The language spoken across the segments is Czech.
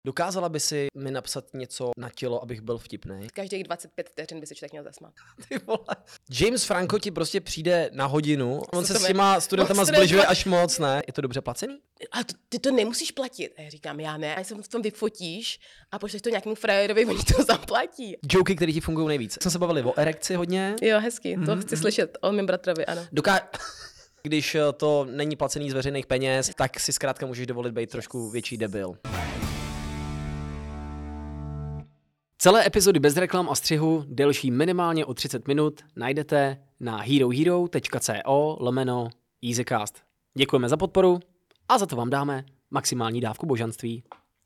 Dokázala by si mi napsat něco na tělo, abych byl vtipný? Každých 25 vteřin by se člověk měl zasmát. Ty vole. James Franco ti prostě přijde na hodinu, on se to s těma studentama student- zbližuje až moc, ne? Je to dobře placený? A ty to nemusíš platit. A já říkám, já ne. A se v tom vyfotíš a pošleš to nějakému frajerovi, oni to zaplatí. Joky, které ti fungují nejvíc. Jsme se bavili o erekci hodně. Jo, hezky. To chci slyšet o mém bratrovi, ano. Když to není placený z veřejných peněz, tak si zkrátka můžeš dovolit být trošku větší debil. Celé epizody bez reklam a střihu, delší minimálně o 30 minut, najdete na herohero.co/EasyCast. Děkujeme za podporu a za to vám dáme maximální dávku božanství.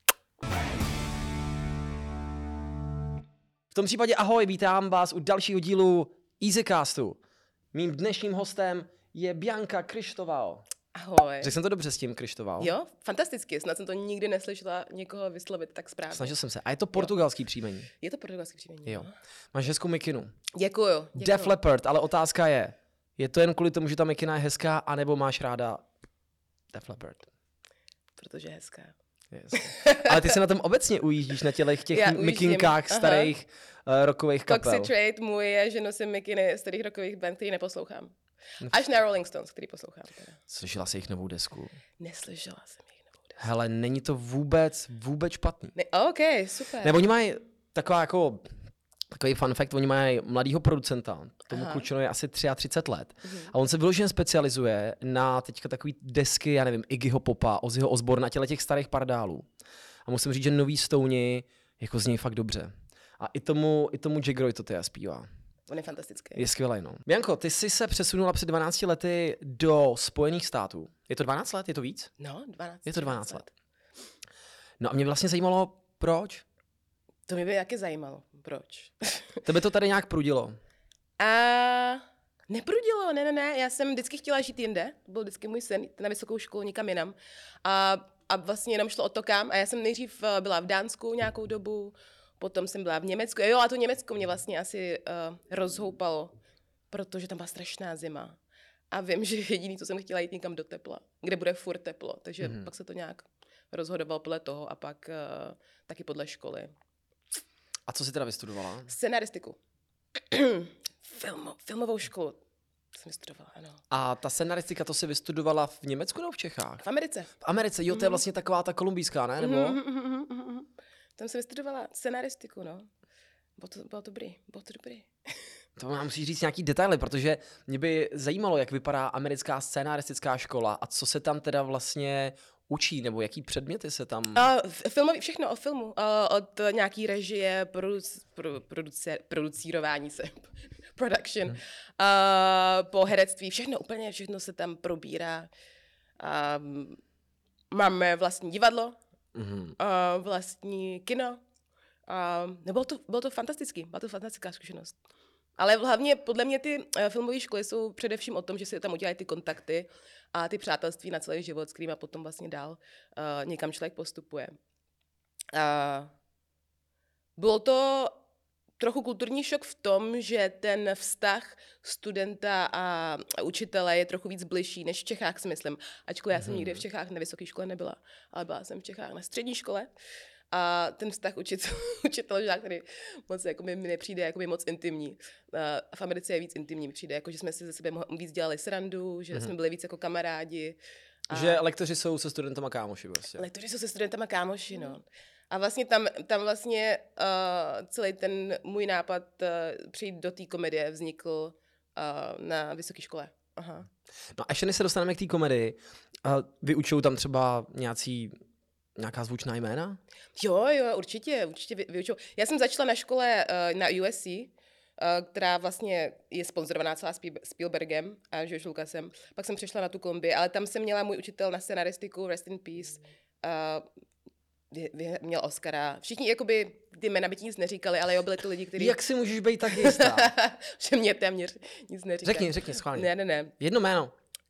V tom případě ahoj, vítám vás u dalšího dílu EasyCastu. Mým dnešním hostem je Bianca Krištoval. Ahoj. Řekl jsem to dobře s tím Krištoval? Jo, fantasticky. Snad jsem to nikdy neslyšela někoho vyslovit tak správně. Snažil jsem se. A je to portugalský příjmení. Je to portugalský příjmení. Jo. Máš hezkou mikinu. Děkuju. Def Leppard, ale otázka je to jen kvůli tomu, že ta mikina je hezká, anebo máš ráda Def Leppard? Protože je hezká. Yes. Ale ty se na tom obecně ujíždíš, na těch mikinkách starých rockových kapel. Toxic Trade můj je, že nosím mikiny starých rockových band, který neposlouchám. Až na Rolling Stones, který poslouchám. Teda. Slyšela jsi jejich novou desku? Neslyšela jsem jejich novou desku. Hele, není to vůbec špatný. OK, super. Nebo oni mají takový fun fact, oni mají mladýho producenta, tomu klučinu je asi 33 let. A on se vyloženě specializuje na teďka takový desky, já nevím, Iggyho Popa, Ozzyho Osbourna, těch starých pardálů. A musím říct, že nový Stouni jako znějí fakt dobře. A i tomu Jaggerovi to teda zpívá. On je fantastický. Je skvělej, no. Bianco, ty jsi se přesunula před 12 lety do Spojených států. Je to 12 let? Je to víc? No, 12. Je to 12 let. No a mě vlastně zajímalo, proč? To mě by jaké zajímalo. Proč? Tebe to tady nějak prudilo? Neprudilo, ne. Já jsem vždycky chtěla žít jinde. To byl vždycky můj sen, jít na vysokou školu někam jinam. A vlastně jenom šlo o to kam. A já jsem nejdřív byla v Dánsku nějakou dobu, potom jsem byla v Německu. Jo, a to Německo mě vlastně asi rozhoupalo, protože tam byla strašná zima. A vím, že jediný, co jsem chtěla jít někam do tepla, kde bude furt teplo. Takže pak se to nějak rozhodoval podle toho a pak taky podle školy. A co jsi teda vystudovala? Scenaristiku. Filmovou školu jsem vystudovala, ano. A ta scenaristika, to jsi vystudovala v Německu nebo v Čechách? V Americe. V Americe, jo, to je vlastně taková ta kolumbijská, ne? Nebo? Tam jsem vystudovala scenaristiku, no. Bylo to dobrý. To nám musíš říct nějaký detaily, protože mě by zajímalo, jak vypadá americká scénaristická škola a co se tam teda vlastně učí, nebo jaký předměty se tam... Všechno o filmu. Od nějaký režie, producírování se, production, po herectví, všechno se tam probírá. Máme vlastní divadlo, vlastní kino. Bylo to fantastický, byla to fantastická zkušenost. Ale hlavně podle mě ty filmové školy jsou především o tom, že si tam udělají ty kontakty a ty přátelství na celý život, s kterýma potom vlastně dál někam člověk postupuje. Bylo to trochu kulturní šok v tom, že ten vztah studenta a učitele je trochu víc bližší než v Čechách, si myslím. Ačkoliv já jsem nikdy v Čechách na vysoké škole nebyla, ale byla jsem v Čechách na střední škole. A ten vztah učitel-žák, který moc jako mi nepřijde jako moc intimní. V Americe je víc intimní, mi přijde, jako, že jsme si ze sebe víc dělali srandu, že jsme byli víc jako kamarádi. Že lektoři jsou se studentama kámoši prostě. Lektoři jsou se studentama kámoši, no. A vlastně tam vlastně celý ten můj nápad přijít do té komedie vznikl na vysoké škole. Aha. No a ještě než se dostaneme k té komedii, vyučují tam třeba nějaká zvučná jména? Jo, určitě vyučují. Já jsem začala na škole na USC, která vlastně je sponzorovaná celá Spielbergem a George Lucasem. Pak jsem přešla na tu Kolumbii, ale tam jsem měla můj učitel na scenaristiku, Rest in Peace, měl Oscara. Všichni jakoby ty jména by ti nic neříkali, ale jo, byli to lidi, kteří... Jak si můžeš být tak jistá? Že mě téměř nic neříkají. Řekni, schválně. Ne. Jedno jméno.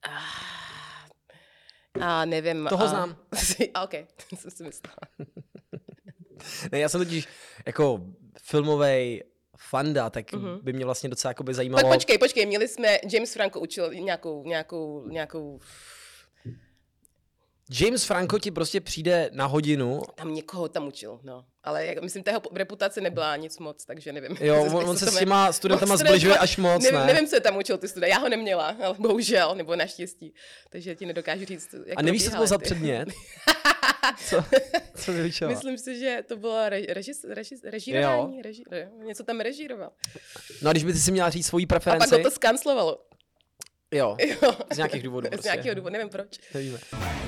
Nevím. Toho znám. OK, jsem si myslela. Ne, já jsem totiž jako filmovej fanda, tak by mě vlastně docela jakoby zajímalo... Tak počkej, měli jsme, James Franco učil nějakou James Franco ti prostě přijde na hodinu. Tam někoho tam učil, no. Ale myslím, ta jeho reputace nebyla nic moc, takže nevím. Jo, on se s těma studentama zbližuje až moc, ne? Nevím, co je tam učil ty studenty. Já ho neměla, ale bohužel, nebo naštěstí. Takže ti nedokážu říct, jak a nevíš, co to bylo za předmět? Co vyučila? Myslím si, že to bylo režírování. Něco tam režíroval. No a když by ty si měla říct svoji preferenci? A pak to skanclovalo. Jo, z nějakých důvodů. Z nějakého důvodu, nevím proč. Nevíme.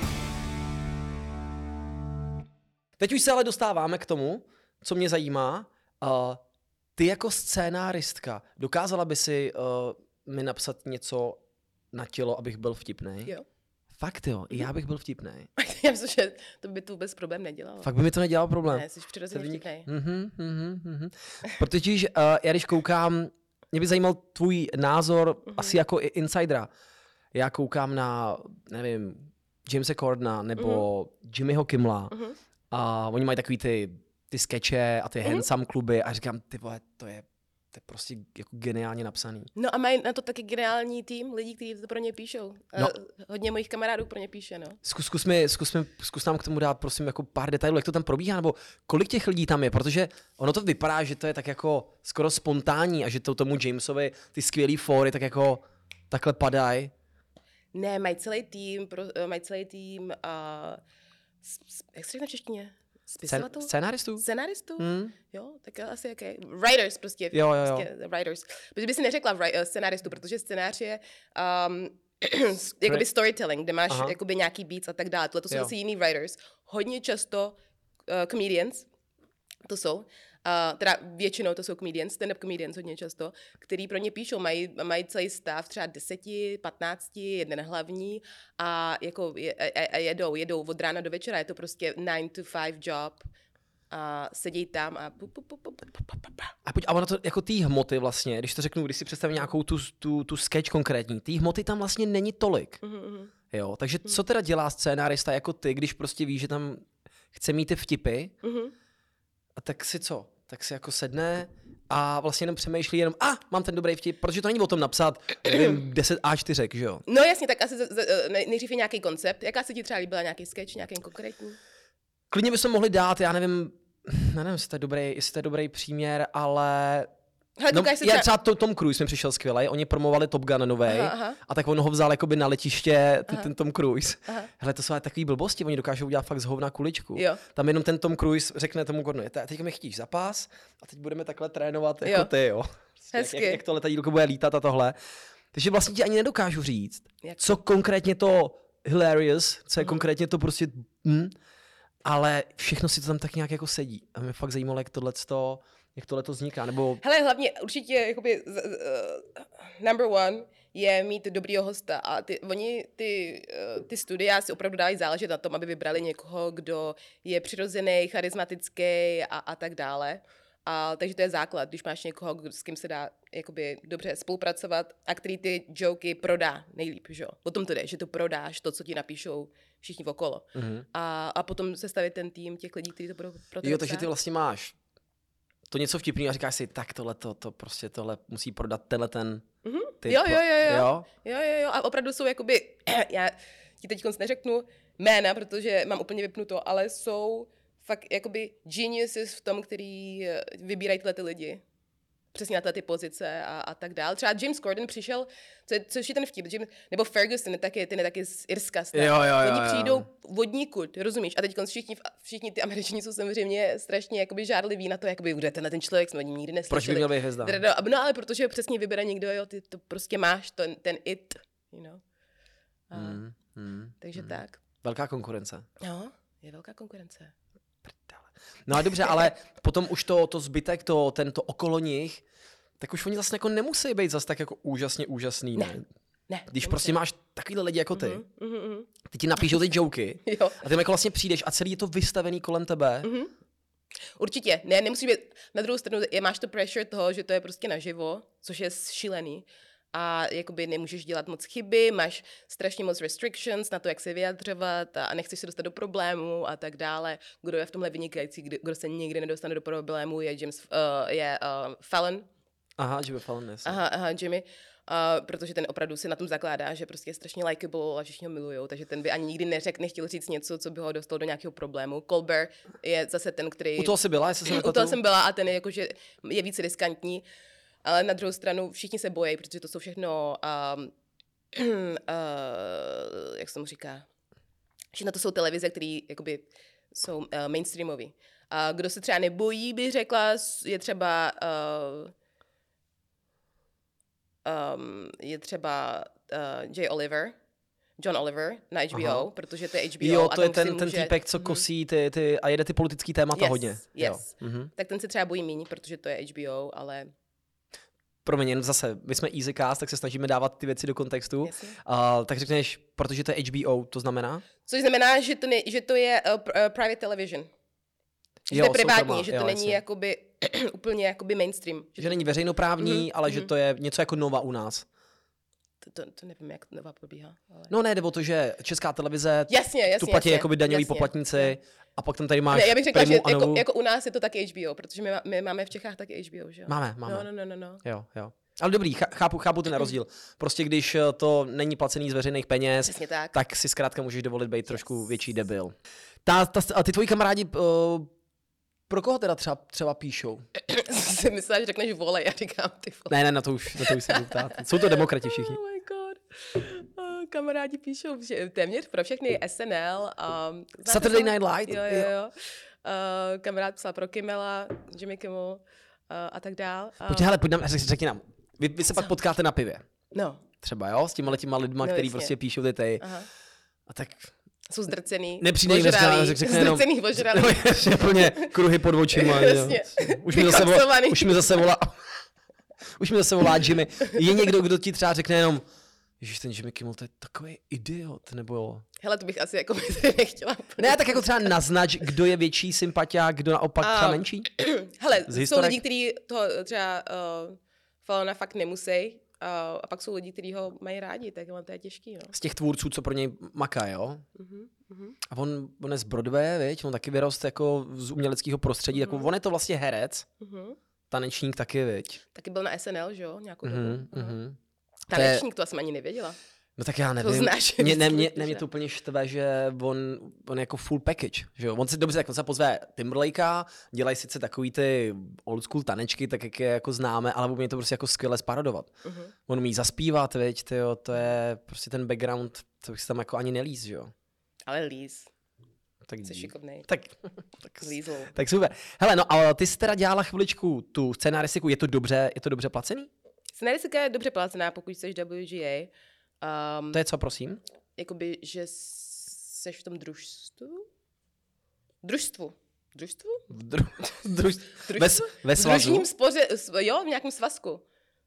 Teď už se ale dostáváme k tomu, co mě zajímá. Ty jako scénáristka, dokázala by si mi napsat něco na tělo, abych byl vtipnej? Jo. Fakt jo, já bych byl vtipnej. Já myslím, že to by to vůbec problém nedělalo. Fakt by mi to nedělalo problém. Ne, jsi přirozeně vtipnej. Protože já když koukám, mě by zajímal tvůj názor, asi jako i insidera. Já koukám na, nevím, Jamese Cordona nebo Jimmyho Kimmela a oni mají takový ty skeče a ty handsome kluby a říkám, ty vole, to je prostě jako geniálně napsaný. No a mají na to taky geniální tým lidí, kteří to pro ně píšou. No. Hodně mojich kamarádů pro ně píše, no. Zkus nám k tomu dát, prosím, jako pár detailů, jak to tam probíhá, nebo kolik těch lidí tam je, protože ono to vypadá, že to je tak jako skoro spontánní a že to tomu Jamesovi ty skvělý fóry tak jako takhle padají. Ne, mají celý tým, jak se řekne v češtině? Spisovatelů? Scénaristů? Jo, tak asi jaké. Writers prostě. Jo. Prostě writers. Protože by si neřekla scénaristů, protože scénář je jakoby storytelling, kde máš jakoby nějaký beats a tak dále. Tohle to jsou asi jiný writers. Hodně často comedians, to jsou. Teda většinou to jsou comedians, stand-up comedians hodně často, který pro ně píšou, mají celý stav třeba 10, 15, jeden hlavní a jako jedou od rána do večera, je to prostě 9 to 5 job a sedí tam a a ono to jako té hmoty vlastně, když to řeknu, když si představím nějakou tu sketch konkrétní, té hmoty tam vlastně není tolik. Jo, takže co teda dělá scénárista jako ty, když prostě ví, že tam chce mít ty vtipy, a tak si co? Tak si jako sedne a vlastně jenom přemýšlí jenom, mám ten dobrý vtip, protože to není o tom napsat, nevím, 10 A4, že jo? No jasně, tak asi nejdřív je nějaký koncept. Jaká se ti třeba líbila, nějaký sketch, nějaký konkrétní? Klidně bychom mohli dát, já nevím, jestli to je dobrý příměr, ale... Hele, třeba Tom Cruise mi přišel skvělej, oni promovali Top Gun novej a tak on ho vzal jakoby na letiště, ten Tom Cruise. Hele, to jsou ale takový blbosti, oni dokážou udělat fakt z hovna kuličku. Jo. Tam jenom ten Tom Cruise řekne tomu Gordonu, teď mi chytíš za pás a teď budeme takhle trénovat jako ty, jo. Jak to letadílko bude lítat a tohle. Takže vlastně ti ani nedokážu říct, co konkrétně to hilarious, co je konkrétně to prostě, ale všechno si to tam tak nějak jako sedí. A mě fakt zajímalo, jak tohleto vzniká, nebo... Hele, hlavně určitě jakoby, number one je mít dobrýho hosta a ty studia si opravdu dají záležet na tom, aby vybrali někoho, kdo je přirozený, charismatický a tak dále. Takže to je základ, když máš někoho, s kým se dá jakoby dobře spolupracovat a který ty joky prodá nejlíp, že jo? O tom to jde, že to prodáš, to, co ti napíšou všichni okolo. A potom sestavit ten tým těch lidí, kteří to budou pro tebe. Jo, takže ty vlastně máš to něco vtipného a říkáš si, tak tohle musí prodat ten typ. Jo. A opravdu jsou jakoby, já ti teď neřeknu jména, protože mám úplně vypnuto, ale jsou fakt jakoby geniuses v tom, který vybírají tyhle ty lidi. Přesně na ty pozice a tak dále. Třeba James Corden přišel, což je ten vtip, nebo Ferguson, ten je taky z Irska. Oni přijdou vodníkud, rozumíš? A teď všichni ty Američané jsou samozřejmě strašně jakoby žárliví na to, jakoby, kde tenhle ten člověk jsme nikdy neslyšeli. Proč by měl být hvězda? No ale protože přesně vybere někdo, jo, ty to prostě máš, ten it, you know. Takže tak. Velká konkurence. No, je velká konkurence. No a dobře, ale potom už to zbytek, to okolo nich, tak už oni zase jako nemusí být zase tak jako úžasný. Ne. Když prostě máš takovýhle lidi jako ty, ty ti napíšou ty joky a ty jako vlastně přijdeš a celý je to vystavený kolem tebe. Určitě, nemusí být, na druhou stranu máš to pressure toho, že to je prostě naživo, což je šílený. A jakoby nemůžeš dělat moc chyby, máš strašně moc restrictions na to, jak se vyjadřovat a nechceš se dostat do problémů a tak dále. Kdo je v tomhle vynikající, kdo se nikdy nedostane do problémů, je Fallon. Aha, Jimmy Fallon, jasně. Aha, Jimmy. Protože ten opravdu si na tom zakládá, že prostě je strašně likeable a všichni ho milujou, takže ten by ani nikdy nechtěl říct něco, co by ho dostalo do nějakého problému. Colbert je zase ten, který... U toho jsi byla, U toho jsem byla a ten je jakože je víc riskantní, ale na druhou stranu všichni se bojí, protože to jsou všechno, jak se mu říká, všechno to jsou televize, které jakoby jsou mainstreamové. A kdo se třeba nebojí, bych řekla, je třeba John Oliver na HBO, aha, protože to je HBO. Jo, to je ten týpek, co kosí ty a jede ty politický témata hodně. Yes. Tak ten se třeba bojí míň, protože to je HBO, ale... Promiň, zase, my jsme Easycast, tak se snažíme dávat ty věci do kontextu. Tak řekneš, protože to je HBO, to znamená? Což znamená, že to je private television. Že to je privátní, že to není jakoby, úplně jakoby mainstream. Že není veřejnoprávní, ale že to je něco jako Nova u nás. To nevím, jak Nova probíhá. Ale... No ne, nebo to, že Česká televize jasně, tu platí jakoby daňoví poplatníci a pak tam tady máš já bych řekla, že jako u nás je to taky HBO, protože my máme v Čechách taky HBO, že jo? Máme. No. Jo. Ale dobrý, chápu ten rozdíl. Prostě když to není placený z veřejných peněz, tak si zkrátka můžeš dovolit být trošku větší debil. Ty tvoji kamarádi pro koho teda třeba píšou? Jsem myslela, že řekneš volej, já říkám ty vole. Ne, na to už se budu ptát. Jsou to demokrati všichni. Oh my god. Kamarádi píšou téměř pro všechny SNL. Saturday Night Live. Jo. Kamarád psal pro Kimmela, Jimmy Kimmel a tak dál. Pojď nám, řekni nám. Vy se pak potkáte na pivě. No. Třeba jo, s těma lidma, který prostě píšou ty. Aha. A tak... Jsou zdrcený, nepřijde řekne jenom... Zdrcený, ožralý. No, jasně, plně kruhy pod očima. Už mi zase volá Jimmy. Je někdo, kdo ti třeba řekne jenom, ježiš, ten Jimmy Kimmel, to je takový idiot, nebo... Hele, to bych asi jako nechtěla. Ne, tak jako třeba naznač, kdo je větší sympatia, kdo naopak třeba menší? Hele, jsou lidi, kteří toho třeba Fallona fakt nemusí. A pak jsou lidi, kteří ho mají rádi, tak to je těžký. No. Z těch tvůrců, co pro něj maká, jo? A on je z Broadway, viď? On taky vyrost jako z uměleckého prostředí, tak on je to vlastně herec, tanečník taky, viď? Taky byl na SNL, že jo? Nějakou dobu. Tanečník, to jsem ani nevěděla. No tak já nevím. To znáš. Mě to úplně štve, že on je jako full package, že jo? On si dobře, jak on se pozve Timberlakea, dělají sice takový ty old school tanečky, tak jak je jako známe, ale umí to prostě jako skvěle sparodovat. On umí zaspívat, viď, tyjo, to je prostě ten background, to bych si tam jako ani nelíz, že jo? Ale líz. Tak jsi šikovnej. Tak super. Hele, no a ty jsi teda dělala chviličku tu scenaristiku, je to dobře placený? Scenaristika je dobře placená, pokud jsi WGA. To je co, prosím? Jakoby, že seš v tom družstvu? Družstvu? Ve svazu? V družním spoře, jo, v nějakém svazku.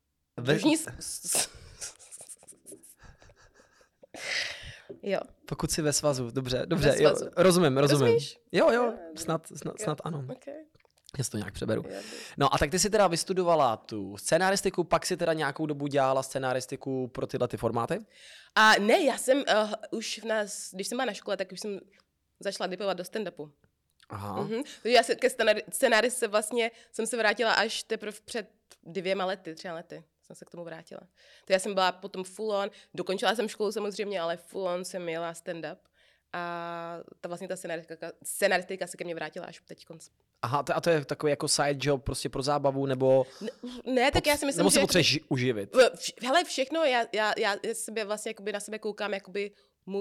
Jo. Pokud jsi ve svazu, dobře, jo, rozumím. Rozumíš? Jo, snad ano. Okay. Já si to nějak přeberu. No a tak ty jsi teda vystudovala tu scenaristiku, pak si teda nějakou dobu dělala scenaristiku pro tyhle ty formáty? Ne, já jsem už když jsem byla na škole, tak už jsem začala dipovat do stand-upu. Aha. Takže já se ke scenaristice vlastně jsem se vrátila až teprve před 3 lety. Jsem se k tomu vrátila. To já jsem byla potom full on, dokončila jsem školu samozřejmě, ale full on jsem jela stand-up. A ta scenaristika se ke mně vrátila až teď konc. Aha, a to je takový jako side job prostě pro zábavu, nebo... Ne, tak já si myslím, nebo se potřebuješ uživit? Hele, všechno, já sebe vlastně jakoby na sebe koukám jakoby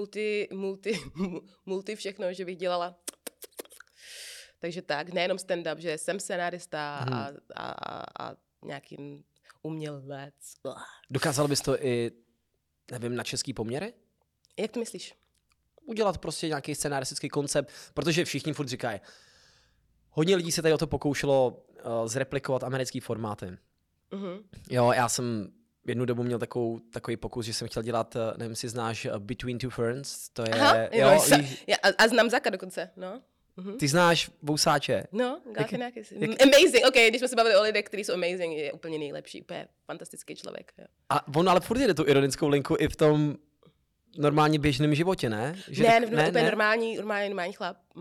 multi všechno, že bych dělala... Takže tak, nejenom stand-up, že jsem scenarista a nějakým umělec. Dokázal bys to i, nevím, na český poměry? Jak to myslíš? Udělat prostě nějaký scenaristický koncept, protože všichni furt říkají, hodně lidí se tady o to pokoušelo zreplikovat americký formáty. Jo, já jsem jednu dobu měl takový pokus, že jsem chtěl dělat, nevím, si znáš Between Two Ferns, to je... Aha, a znám Zaka dokonce, no. Ty znáš Vousáče? No, Galifianakis. Amazing, ok, když jsme se bavili o lidech, kteří jsou amazing, je úplně nejlepší, úplně fantastický člověk. Jo. A on ale furt jde tu ironickou linku i v tom normálně běžném životě, ne? Že úplně normální chlap.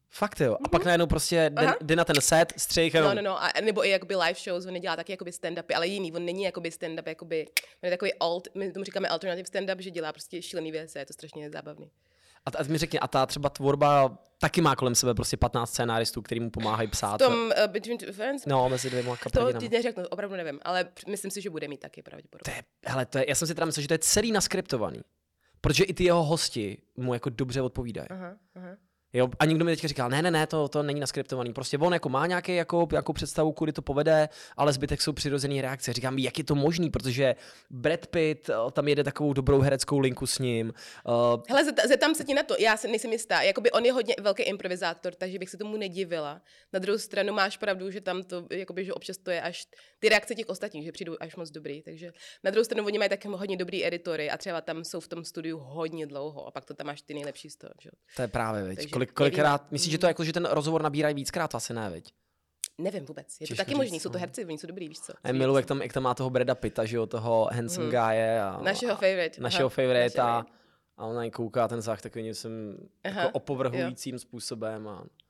Fakt jo. A pak najednou prostě jde na ten set, střih jenom. No. A nebo i jakoby live shows, on nedělá taky jakoby stand-upy, ale jiný. On není jakoby stand-up, jakoby, on je takový my tomu říkáme alternative stand-up, že dělá prostě šílený věci, je to strašně zábavný. A mi řekni, a ta třeba tvorba taky má kolem sebe prostě 15 scénáristů, který mu pomáhají psát. V tom Between Two Ferns? No, mezi dvěma kapradinama. To ti neřeknu, opravdu nevím, ale myslím si, že bude mít taky pravděpodobně. Já jsem si teda myslel, že to je celý naskriptovaný. Protože i ty jeho hosti mu jako dobře odpovídají. Aha. Jo, a někdo mi teďka říkal, ne, to není naskriptovaný. Prostě on jako má nějakou představu, kudy to povede, ale zbytek jsou přirozený reakce. Říkám, jak je to možný, protože Brad Pitt tam jede takovou dobrou hereckou linku s ním. Hele, zeptám se ti na to, já si nejsem jistá. Jakoby on je hodně velký improvizátor, takže bych se tomu nedivila. Na druhou stranu máš pravdu, že tam to, jakoby, že občas to je až ty reakce těch ostatních, že přijdou až moc dobrý. Takže na druhou stranu oni mají taky hodně dobrý editory a třeba tam jsou v tom studiu hodně dlouho a pak to tam máš ty nejlepší z toho. Že? To je právě, veď. Kolikrát, myslíš, že to jako, že ten rozhovor nabírají víckrát, asi ne, veď? Nevím vůbec, je to taky možný, jsou to herci, oni jsou dobrý, víš co? A miluji, jak tam má toho Brada Pitta, že jo, toho handsome guye. Našeho favorite. A on na něj kouká ten zách takovým jako opovrhujícím způsobem.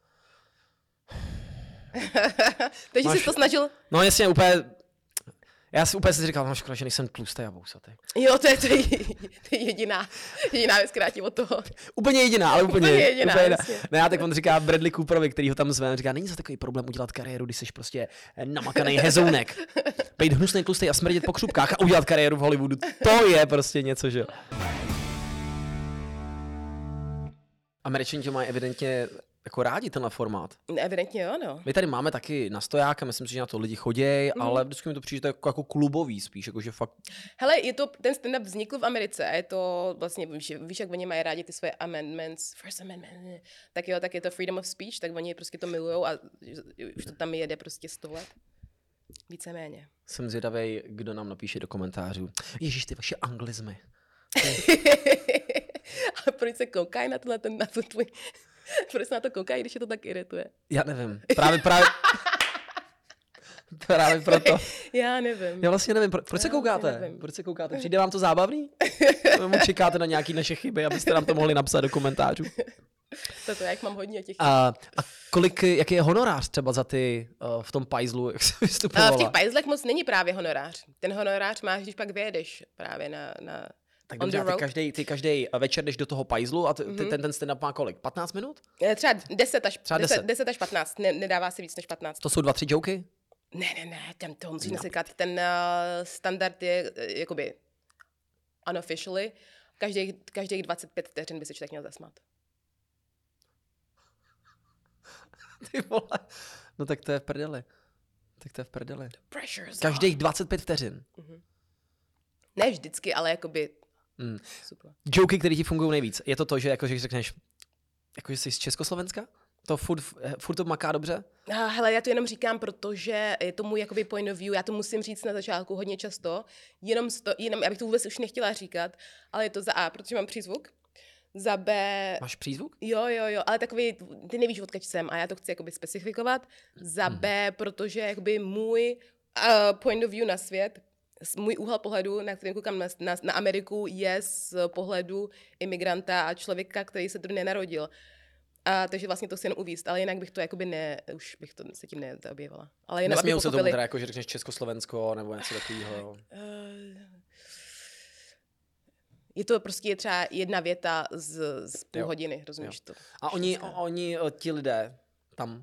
Takže jsi to snažil? No jasně, úplně. Já si úplně si říkal, no škoda, že nejsem tlustý a vousatý. Jo, to je jediná věc, která ti od toho. Úplně jediná, ale úplně jediná. Ne, tak on říká Bradley Cooperovi, který ho tam zve, on říká, není to takový problém udělat kariéru, když jsi prostě namakaný hezounek. Bejt hnusnej, tlustý a smrdět po křupkách a udělat kariéru v Hollywoodu. To je prostě něco, že? Američani to mají evidentně jako rádi tenhle formát. Evidentně jo, no. My tady máme taky na stojáka, myslím si, že na to lidi chodějí, ale vždycky mi to přijde jako klubový spíš, jakože fakt. Hele, ten stand-up vznikl v Americe a je to vlastně, víš, jak oni mají rádi ty svoje amendments, first amendment, tak je to freedom of speech, tak oni prostě to milujou a už to tam jede prostě 100 let. Víceméně. Jsem zvědavej, kdo nám napíše do komentářů. Ježíš, ty vaše anglizmy. Ale proč se koukají na to tvůj... Proč se na to koukají, když je to tak irituje? Já nevím. Právě proto. Já nevím. Já vlastně nevím. Proč se koukáte? Proč se koukáte? Přijde vám to zábavný? Nebo čekáte na nějaké naše chyby, abyste nám to mohli napsat do komentářů? To jak mám hodně těch. A jaký je honorář třeba za ty v tom pajzlu, jak se vystupovala? V těch pajzlech moc není právě honorář. Ten honorář máš, když pak vyjedeš právě na tak dobře, ty každý večer jdeš do toho pajzlu a ten stand-up má kolik? 15 minut? Třeba 10 až 15, nedává si víc než 15. To jsou 2-3 joky? Ne, tam to musíš nasekat. Ten standard je jakoby unofficially. Každých 25 vteřin by se člověk měl zasmát. Ty vole. No tak to je v prdeli. Každých 25 vteřin. Ne vždycky, ale jakoby super. Joky, které ti fungují nejvíc. Je to, že jako, že řekneš, jako, že jsi z Československa? To furt to maká dobře? Hele, já to jenom říkám, protože je to můj jakoby point of view, já to musím říct na začátku hodně často, jenom já bych to vůbec už nechtěla říkat, ale je to za A, protože mám přízvuk, za B... Máš přízvuk? Jo, ale takový, ty nevíš, odkud jsem a já to chci jakoby specifikovat, za B, protože jakoby můj point of view na svět, můj úhel pohledu, na kterým koukám na Ameriku, je z pohledu imigranta a člověka, který se tu nenarodil. Takže vlastně to si jen uvíct, ale jinak bych to jakoby už bych to se tím nezaobjevala. Ale jenom nesmějou se tomu teda, jako že řekneš Československo nebo něco takového. Je to prostě třeba jedna věta z půl hodiny, rozumíš to? A oni ti lidé tam...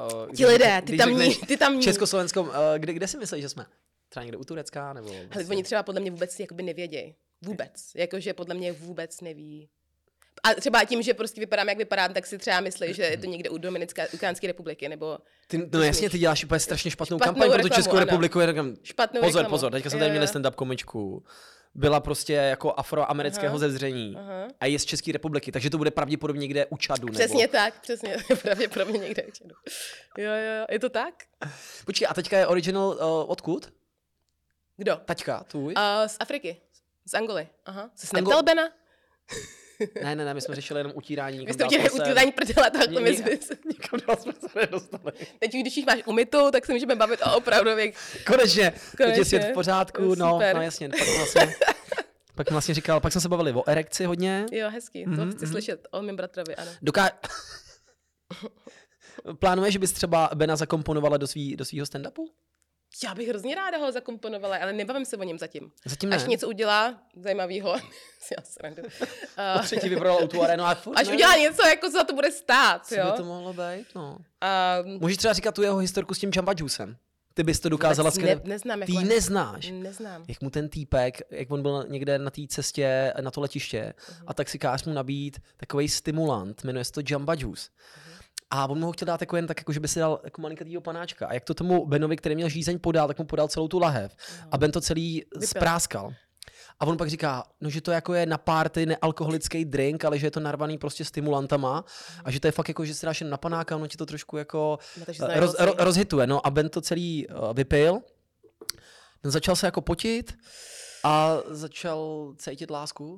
ty tam Československo, kde si myslíš, že jsme? Třeba někde u Turecka? Nebo hele, oni třeba podle mě vůbec jakoby nevědějí. Vůbec. Jakože podle mě vůbec neví. A třeba tím, že prostě vypadám, jak vypadám, tak si třeba myslí, že je to někde u Dominikánské republiky, nebo... No jasně, ty děláš úplně strašně špatnou kampaň pro tu Českou republiku. Pozor, teďka jsem tady měl stand-up komičku. Byla prostě jako afroamerického zezření a je z České republiky, takže to bude pravděpodobně někde u Čadu. Přesně tak, pravděpodobně někde u Čadu. Jo, je to tak? Počkej, a teďka je original odkud? Kdo? Taťka, tvůj? Z Afriky, z Angoly. Jsi Nebelbena? Ne, my jsme řešili jenom utírání. Vy jste utírání prdele, tak to nikam dál jsme se nedostali. Teď, když jich máš umytou, tak se můžeme bavit o opravdových. Konečně. Teď je svět v pořádku, no jasně. Pak vlastně říkal, pak jsme se bavili o erekci hodně. Jo, hezký, to chci slyšet o mém bratrovi, ano. Plánuješ, že bys třeba Bena zakomponovala do svýho stand-upu? Já bych hrozně ráda ho zakomponovala, ale nebavím se o něm zatím. Zatím ne. Až něco udělá zajímavého, já srandu. Po třetí vyprodal tu arénu, ale furt Až udělá něco, jako co za to bude stát, co jo? by to mohlo být, no. Můžeš třeba říkat tu jeho historku s tím Jamba Juicem. Ty bys to dokázala neznám. Ty ji neznáš. Neznám. Jak mu ten týpek, jak on byl někde na té cestě na to letiště a taxikář mu nabít takovej stimulant, jmenuje se to Jamba Juice. A on mu ho chtěl dát jako jen tak, jako že by si dal jako malinkatýho panáčka. A jak to tomu Benovi, který měl žízeň, podal, tak mu podal celou tu lahev. A Ben to celý spráskal. A on pak říká, no, že to jako je na party nealkoholický drink, ale že je to narvaný prostě stimulantama a že to je fakt jako, že si dáš jen na panáka, ono ti to trošku jako rozhituje. No a Ben to celý vypil, začal se jako potit a začal cítit lásku.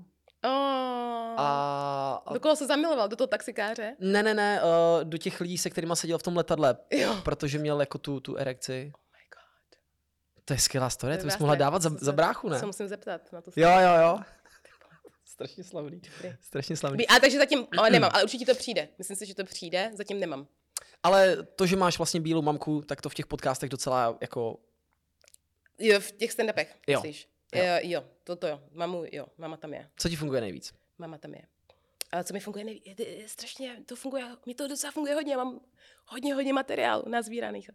Do koho se zamiloval? Do toho taxikáře? Ne, do těch lidí, se kterýma seděl v tom letadle, protože měl jako tu erekci. Oh my god. To je skvělá story, to bys mohla dávat za bráchu, ne? Se musím zeptat na to. Jo. Strašně slavný. Strašně slavný. A takže zatím nemám, ale určitě to přijde. Myslím si, že to přijde, zatím nemám. Ale to, že máš vlastně bílou mamku, tak to v těch podcastech docela jako... Jo, v těch stand-upech, jo. Myslíš? Jo, toto jo. Mama tam je. Co ti funguje nejvíc? Mama tam je. A co mi funguje nejvíc? Strašně, mi to docela funguje hodně, mám hodně materiálu nazbíraných.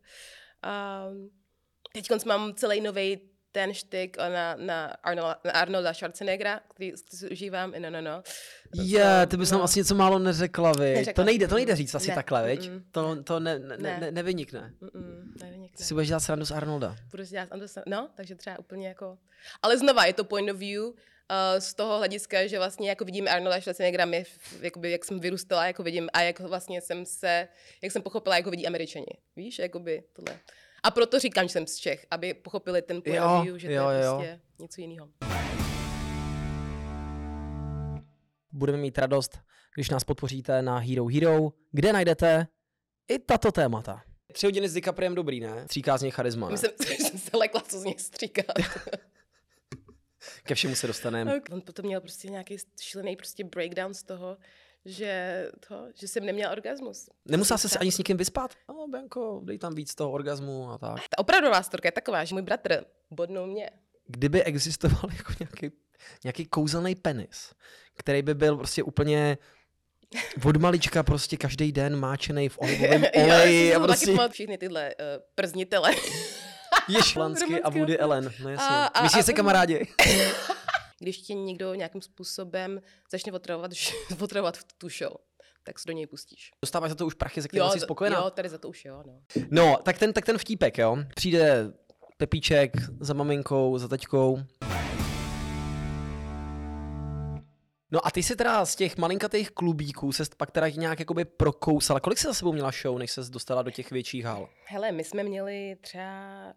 Teď mám celý nový ten štyk na Arnolda Schwarzeneggera, který užívám. No. Ty bys nám asi něco málo neřekla, viď? To nejde říct asi takhle, viď? To nevynikne. Ty si budeš dělat srandu z Arnolda. Budu si dělat srandu, no, takže třeba úplně jako... Ale znova je to point of view z toho hlediska, že vlastně jako vidím Arnolda Schwarzeneggera, jak jsem vyrůstala, jako vidím, a jak vlastně jak jsem pochopila, jak ho vidí Američani. Víš, jakoby tohle. A proto říkám, že jsem z Čech, aby pochopili ten point of view, že to je prostě něco jiného. Budeme mít radost, když nás podpoříte na Hero Hero, kde najdete i tato témata. 3 hodiny s DiCapriem dobrý, ne? Stříká z něj charisma, ne? Myslím, že jsem se lekla, co z něj stříká. Ke všemu se dostaneme. On potom měl prostě nějaký šílený prostě breakdown z toho, že jsem neměla orgasmus. Nemusela se ani s nikým vyspat? No, Benko, dej tam víc toho orgasmu a tak. Ta opravdová storka je taková, že můj bratr bodnul mě. Kdyby existoval jako nějaký kouzelný penis, který by byl prostě úplně od malička prostě každý den máčenej v olivovém oleji. A prostě... Všichni tyhle prznitele. Lansky a Woody Allen, no jasně. Myslíš se kamarádi? Když tě někdo nějakým způsobem začne otravovat v tu show, tak se do něj pustíš. Dostáváš za to už prachy, ze kterého jsi spokojená? Jo, tady za to už jo, no. No, tak ten vtípek, jo. Přijde Pepíček za maminkou, za taťkou. No a ty si teda z těch malinkatých klubíků se pak teda nějak jakoby prokousala. Kolik jsi za sebou měla show, než ses dostala do těch větších hal? Hele, my jsme měli třeba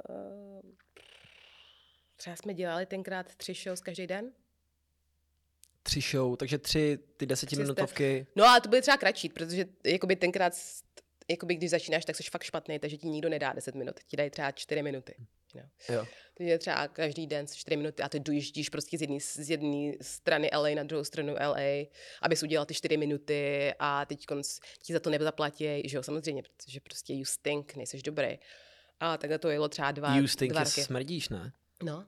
jsme dělali tenkrát 3 shows každý den. 3 show, takže 3 ty 10minutovky. No a to byly třeba kratší, protože jakoby tenkrát, jakoby když začínáš, tak jsi fakt špatný, takže ti nikdo nedá 10 minut, ti dají třeba 4 minuty. Jo. Takže třeba každý den 4 minuty a ty dojíždíš prostě z jedné strany LA na druhou stranu LA, abys udělal ty 4 minuty a teď ti za to nezaplatí, že jo, samozřejmě, protože prostě you stink, nejseš dobrý. A takhle to jelo třeba 2 roky. You stink, smrdíš, ne? No.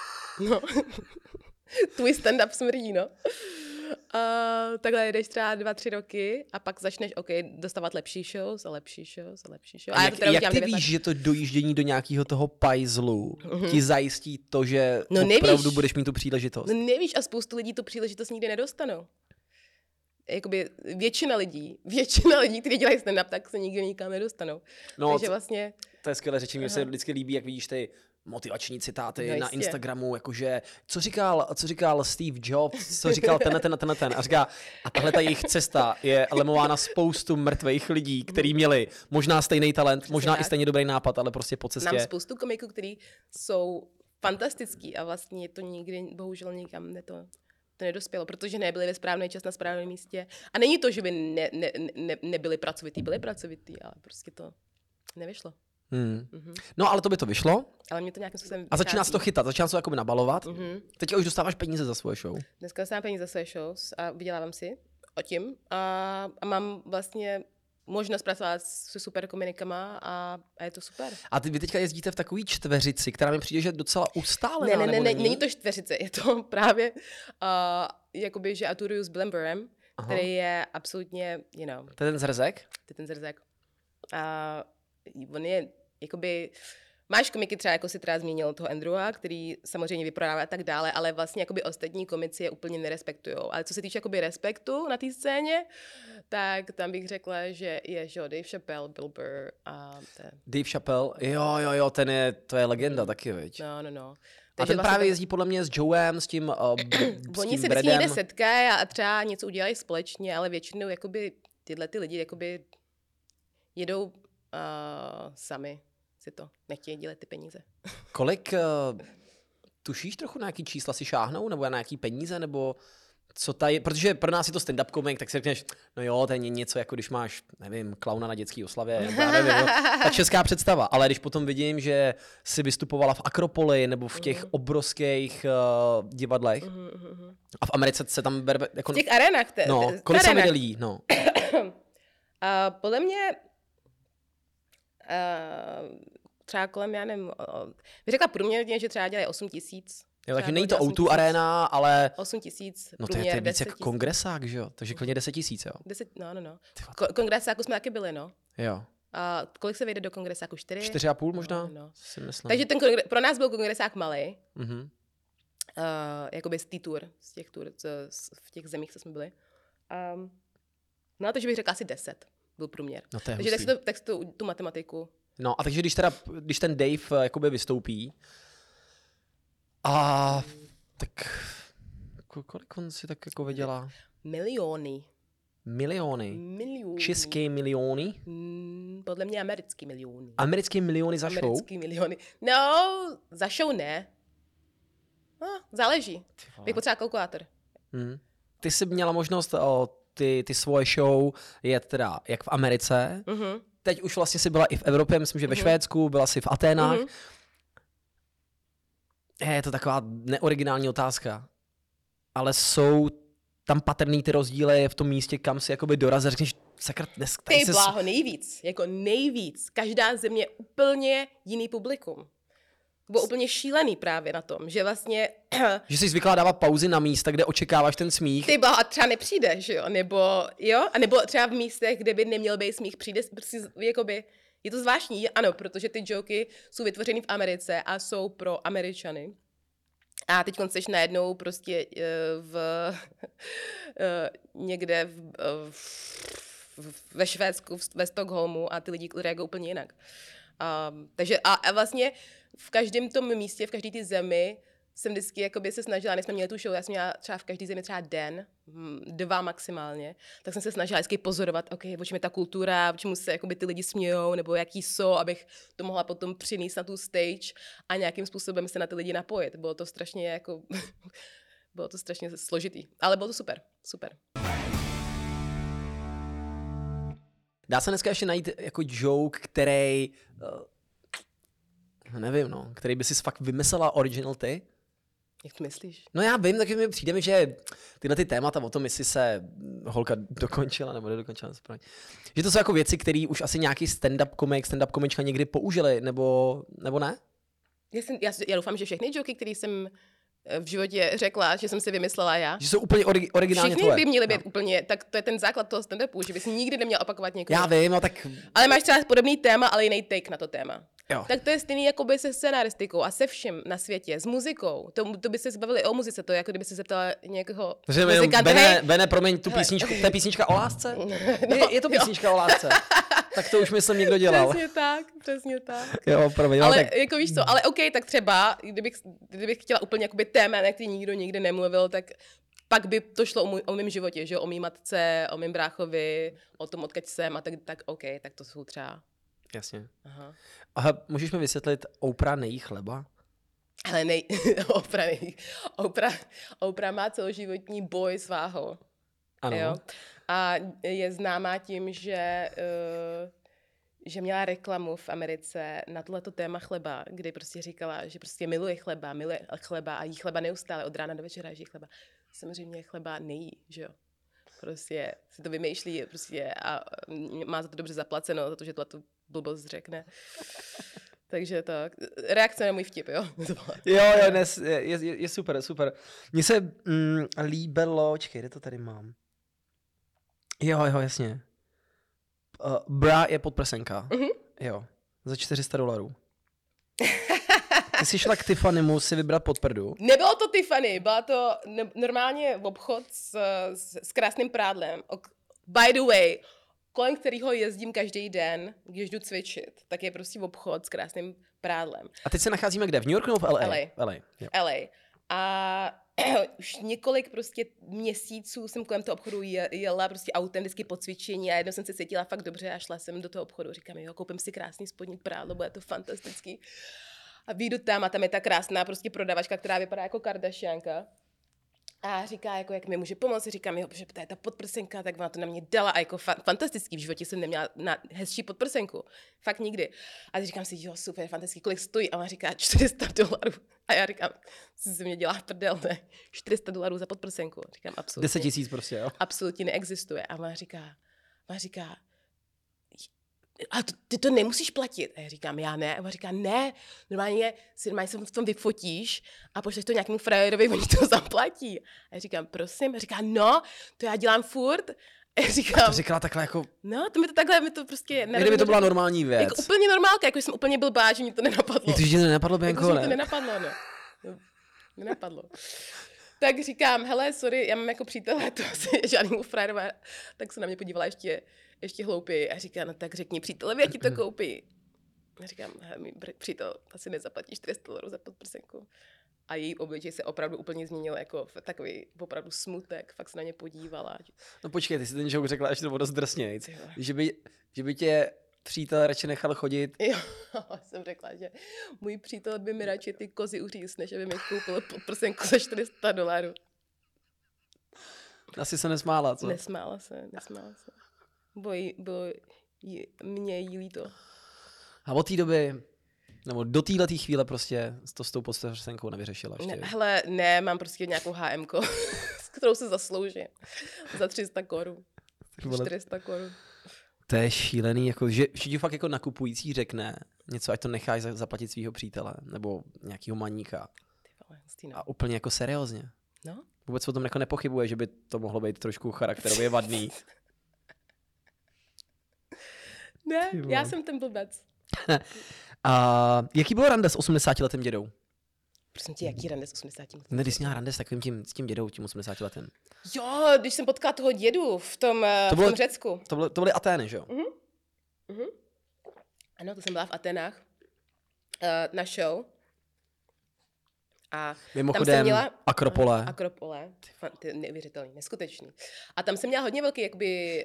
Tvůj stand-up smrdí, no. Takhle jedeš třeba 2-3 roky a pak začneš dostávat lepší shows. A jak ty víš, že to dojíždění do nějakého toho pajzlu ti zajistí to, že opravdu budeš mít tu příležitost? No nevíš a spoustu lidí tu příležitost nikdy nedostanou. Jakoby většina lidí, kteří dělají stand-up, tak se nikdy nikam nedostanou. No, takže vlastně... To je skvělé řečení, mně se vždycky líbí, jak vidíš ty motivační citáty na Instagramu, jakože co říkal Steve Jobs, co říkal ten a říká, a tahle ta jejich cesta je lemována spoustu mrtvých lidí, kteří měli možná stejný talent, možná i stejně dobrý nápad, ale prostě po cestě. Mám spoustu komiků, kteří jsou fantastický a vlastně to nikdy, bohužel nikam to nedospělo, protože nebyli ve správný čas na správném místě. A není to, že by nebyli pracovitý, byli pracovitý, ale prostě to nevyšlo. No, ale to by to vyšlo. Ale mě to nějakým způsobem a začíná se to chytat, začíná se to jakoby nabalovat. Teď už dostáváš peníze za svoje show. Dneska dostávám peníze za svoje shows a vydělávám si o tím. A mám vlastně možnost pracovat se super kominikama a je to super. A vy teďka jezdíte v takový čtveřici, která mi přijde, že docela ustálená, Ne, není to čtveřice, je to právě jakoby, že já turuju s Billem Burrem, který je absolutně, To je ten zrzek? To je ten zrzek. A on je, jakoby, máš komiky třeba, jako si třeba zmínil toho Andrewa, který samozřejmě vyprodává a tak dále, ale vlastně jakoby ostatní komici je úplně nerespektujou. Ale co se týče jakoby respektu na té scéně, tak tam bych řekla, že je Dave Chappelle, Bill Burr a Dave Chappelle, jo, to je legenda taky, viď? No. A ten právě jezdí podle mě s Joem, s tím Oni se vždycky někde setkají a třeba něco udělají společně, ale většinou jakoby tyhle ty lidi jakoby jedou sami. Si to nechtějí dělat ty peníze. Kolik tušíš trochu, na jaký čísla si šáhnou, nebo na nějaký peníze, nebo co tady, protože pro nás je to stand-up komik, tak si řekneš, no jo, to je něco jako když máš, nevím, klauna na dětský oslavě, já nevím, no, ta česká představa, ale když potom vidím, že si vystupovala v Akropoli nebo v těch obrovských divadlech a v Americe se tam berbe, jako... V těch arenách. Kolik se mi lidí, no. Podle mě třeba kolem, já nevím, bych řekla průměrně, že třeba dělají 8 000. Jo, takže není to O2 Arena, ale... 8 000, no to je víc jako kongresák, že jo? Takže klidně 10 000, jo? 10, no. Kongresáku jsme taky byli, no. Jo. A kolik se vejde do kongresáku? 4? 4,5 možná? No. Si myslím. Takže pro nás byl kongresák malej. Jakoby z té tour, z těch tour, v těch zemích, co jsme byli. No, takže bych řekla asi 10 byl průměr. No to je takže tak si tu matematiku. No a takže když ten Dave jakoby vystoupí, a tak kolik on si tak jako vydělá? Miliony. České miliony? Podle mě americký miliony. Americké miliony za show? Americký miliony. No, za show ne. No, záleží. Bych potřeba kalkulátor. Ty jsi měla možnost ty svoje show jet teda jak v Americe. Teď už vlastně jsi byla i v Evropě, myslím, že ve Švédsku, byla jsi v Aténách. Je to taková neoriginální otázka, ale jsou tam patrný ty rozdíly v tom místě, kam si jakoby dorazil, řekneš, sakra, dnes... Ty bláho, nejvíc. Každá země je úplně jiný publikum. Bylo úplně šílený právě na tom, že vlastně... Že jsi zvyklá dávat pauzy na místa, kde očekáváš ten smích. Ty bláho, a třeba nepřijde, že jo? Nebo třeba v místech, kde by neměl být smích, přijde, prostě jakoby... Je to zvláštní, ano, protože ty joky jsou vytvořeny v Americe a jsou pro Američany. A teď seš najednou prostě někde ve Švédsku, ve Stockholmu a ty lidi reagují úplně jinak. Takže a vlastně v každém tom místě, v každé té zemi jsem vždycky jakoby se snažila, než jsme měli tu show, já jsem měla třeba v každé zemi třeba den, 2 maximálně, tak jsem se snažila vždycky pozorovat, o čem je ta kultura, čemu se jakoby ty lidi smějou, nebo jaký jsou, abych to mohla potom přinést na tu stage a nějakým způsobem se na ty lidi napojit. Bylo to strašně jako, bylo to strašně složitý, ale bylo to super. Dá se dneska ještě najít jako joke, který, nevím, no, který by si fakt vymyslela original ty? Jak to myslíš? No já vím, takže mi přijde mi, že tyhle ty témata o tom, jestli se holka dokončila nebo nedokončila, že to jsou jako věci, které už asi nějaký stand-up komička někdy použili, nebo ne? Já doufám, že všechny joky, které jsem v životě řekla, že jsem si vymyslela já. Že jsou úplně originálně všichni tvoje. by měly být úplně, tak to je ten základ toho stand-upu, že bys nikdy neměl opakovat někoho. Já vím, no tak... Ale máš třeba podobný téma, ale jiný take na to téma. Jo. Tak to je stejný jakoby se scenaristikou a se vším na světě, s muzikou. To by se zbavili o muzice, to je jako kdyby se zeptala někoho muzikanta. Bene, promiň, tu písničku, to je písnička o lásce? Je to písnička o lásce. Tak to už myslím někdo dělal. Přesně tak. Jo, promiň. Ale tak... jako víš co, ale OK, tak třeba, kdybych chtěla úplně jakoby téma, na který nikdo nikdy nemluvil, tak pak by to šlo o mém životě, že o mý matce, o mém bráchovi, o tom, odkud jsem a tak OK, tak to jsou třeba... Jasně. Aha, můžeš mi vysvětlit Oprah nejí chleba? Ale Oprah má celoživotní boj s váhou. Ano. Jo? A je známá tím, že měla reklamu v Americe na tohleto téma chleba, kdy prostě říkala, že prostě miluje chleba a jí chleba neustále od rána do večera, že chleba. Samozřejmě chleba nejí, že jo. prostě si to vymýšlí prostě a má za to dobře zaplaceno, za to, že tu blbost řekne. Takže tak, reakce na můj vtip, jo? Jo, je super, super. Mně se líbilo, čekej, kde to tady mám? Jo, jasně. Bra je podprsenka. Jo, za $400. Ty jsi šla k Tiffanymu si vybrat podprdu? Nebylo to Tiffany, byla to normálně obchod s krásným prádlem. By the way, kolem kterého jezdím každý den, když jdu cvičit, tak je prostě obchod s krásným prádlem. A teď se nacházíme kde? V New Yorku nebo v LA? LA. A už několik prostě měsíců jsem kolem toho obchodu jela prostě autem vždycky po cvičení a jednou jsem se cítila fakt dobře a šla jsem do toho obchodu. Říkám, jo, koupím si krásný spodní prádlo, bude to fantastický. A vyjdu tam a tam je ta krásná prostě prodavačka, která vypadá jako Kardashianka. A říká, jako, jak mi může pomoct. Říkám, jo, protože to je ta podprsenka, tak ona to na mě dala a jako fantastický. V životě jsem neměla na hezčí podprsenku. Fakt nikdy. A říkám si, jo, super, fantastický, kolik stojí? A ona říká $400. A já říkám, co se mě dělá prdel, ne? $400 za podprsenku. Říkám, absolutně. 10 000 prostě, jo? Absolutně neexistuje. A ona říká, a ty to nemusíš platit. A já říkám, já ne. A ona říká, ne, normálně se v tom vyfotíš a pošleš to nějakému frajerovi, oni to zaplatí. A já říkám, prosím. A říká, no, to já dělám furt. A já říkám, a to říkala takhle jako... No, to mi to takhle, mi to prostě... Kdyby to byla normální věc. Jako úplně normálka, jako jsem úplně blbá, že mi to nenapadlo. Jak to, že to nenapadlo, Bianko, jako, to nenapadlo, no. Nenapadlo. Tak říkám, hele, sorry, já mám jako přítele, to asi žádnému frajerova, tak se na mě podívala ještě hloupěji a říká, no tak řekni přítelevi, já ti to koupí. A říkám, můj přítel asi nezaplatí $400 za podprsenku. A její obličej se opravdu úplně změnil, jako takový opravdu smutek, fakt se na ně podívala. No počkej, ty si ten joke řekla, až to bylo dost drsnějc. Že by tě přítel radši nechal chodit. Jo, jsem řekla, že můj přítel by mi radši ty kozy uříz, než aby mi koupil podprsenku za $400. Asi se nesmála, co? Nesmála se. Bylo mě jí líto. A od té doby, nebo do této chvíle prostě to s tou podprsenkou nevyřešila ještě. Ne, mám prostě nějakou HMko, s kterou se zasloužím. Za 300 korun. 400 korun. To je šílený, jako, že všichni fakt jako nakupující řekne něco, ať to necháš zaplatit svého přítele, nebo nějakého maníka. A úplně jako seriózně. No? Vůbec o tom jako nepochybuje, že by to mohlo být trošku charakterově vadný. Ne, já jsem ten blbec. A jaký bylo rande s 80letým dědou? Prosím tě, jaký rande s 80letým? Ne, když jsi měla rande s takovým s tím dědou, tím 80letým. Jo, když jsem potkala toho dědu v tom Řecku. To byly Atény, že jo? Ano, to jsem byla v Atenách na show. A mimochodem, tam jsem měla Akropole. Ty neuvěřitelný, neskutečný. A tam jsem měla hodně velký jakoby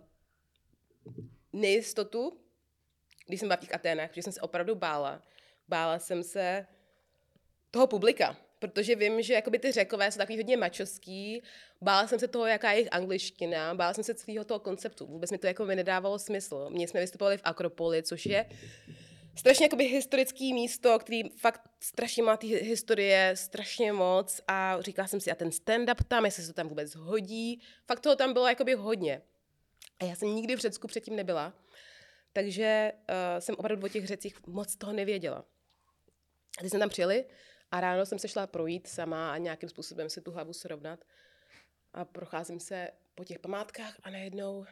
nejistotu, když jsem byla v těch Aténách, protože jsem se opravdu bála. Bála jsem se toho publika, protože vím, že jakoby ty Řekové jsou takový hodně mačoský. Bála jsem se toho, jaká je jejich angličtina, bála jsem se celého toho konceptu. Vůbec mi to jako nedávalo smysl. My jsme vystupovali v Akropoli, což je strašně jakoby historický místo, který fakt strašně má ty historie, strašně moc a říkala jsem si, a ten stand-up tam, jestli se to tam vůbec hodí. Fakt toho tam bylo jakoby hodně. A já jsem nikdy v Řecku předtím nebyla, takže jsem opravdu o těch Řecích moc toho nevěděla. A když jsme tam přijeli a ráno jsem se šla projít sama a nějakým způsobem si tu hlavu srovnat a procházím se po těch památkách a najednou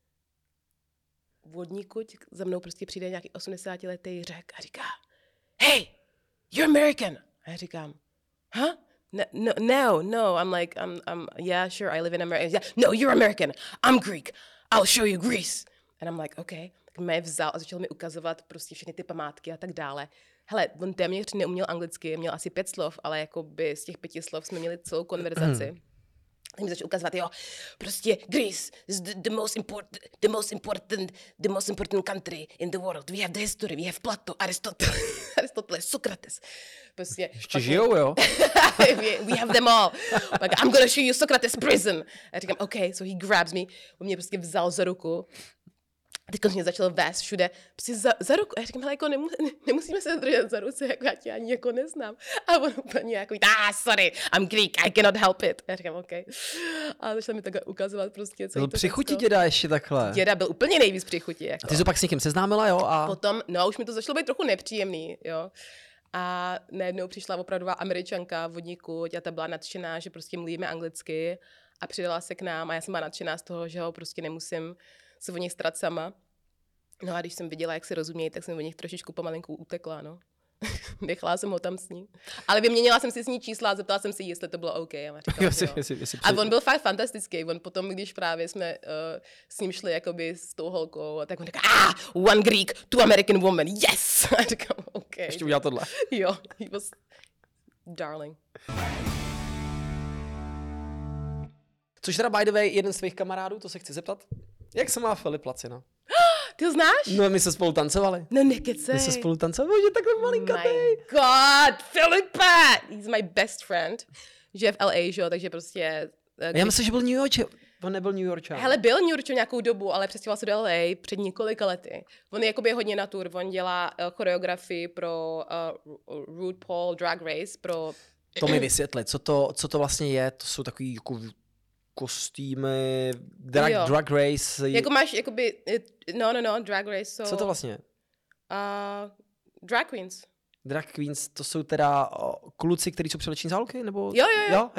vodníkuť za mnou prostě přijde nějaký 80letý Řek a říká Hey, you're American. A já říkám, huh? No, I'm like, yeah, sure, I live in America. Yeah, no, you're American. I'm Greek. I'll show you Greece. And I'm like, okay. Tak mě vzal a začal mi ukazovat prostě všechny ty památky a tak dále. Hele, on téměř neuměl anglicky, měl asi 5 slov, ale jakoby z těch 5 slov jsme měli celou konverzaci. Tak mi začal ukazovat, jo, prostě Greece is the most important country in the world. We have the history, we have Plato, Aristoteles, Socrates. Prostě, ještě žijou, jo? we have them all. Like, I'm gonna show you Socrates prison. A říkám, okay, so he grabs me. On mě prostě vzal za ruku teď mě začal vést všude, prostě za ruku. A já říkám, hele, jako nemusíme se držet za ruce, jako já tě ani jako neznám. A on úplně jako, sorry, I'm Greek, I cannot help it. A já říkám, OK. A začal mi tak ukazovat prostě. Byl při chuti děda ještě takhle. Děda byl úplně nejvíc při chuti. Jako. A ty jsi to pak s někým seznámila, jo? A potom, no už mi to začalo být trochu nepříjemný, jo. A najednou přišla opravdová Američanka vodníku, a ta byla nadšená, že prostě mluvíme anglicky a přidala se k nám a já jsem byla nadšená z toho, že ho prostě nemusím se o nich starat sama. No a když jsem viděla, jak se rozumějí, tak jsem o nich trošičku pomalinku utekla, no. Nechala jsem ho tam s ní. Ale vyměnila jsem si s ní čísla a zeptala jsem si, jestli to bylo OK. A, a on byl fakt fantastický. On potom, když právě jsme s ním šli jakoby s tou holkou, tak on říká, one Greek, two American woman, yes! A říkám, OK. Ještě udělal tohle. Jo, he was darling. Což teda by the way, jeden z svých kamarádů, to se chci zeptat. Jak se má Filip Lacina? Ty ho znáš? No, my se spolu tancovali. No nekecej. My se spolu tancovali, že takhle malinkatý. My God, Filipe! He's my best friend. Že v LA, že jo, takže prostě... Já myslím, že byl New York. On nebyl New Yorkčan. Hele, byl New York nějakou dobu, ale přestěhoval se do LA před několika lety. On je jakoby hodně na tour. On dělá choreografii pro RuPaul Drag Race, pro... To mi vysvětli, co to vlastně je. To jsou takový jako kostýmy, drag race. Jako máš, jakoby, no, drag race jsou... Co to vlastně je? Drag queens. Drag queens, to jsou teda kluci, kteří jsou převlečení z holky, nebo? Jo.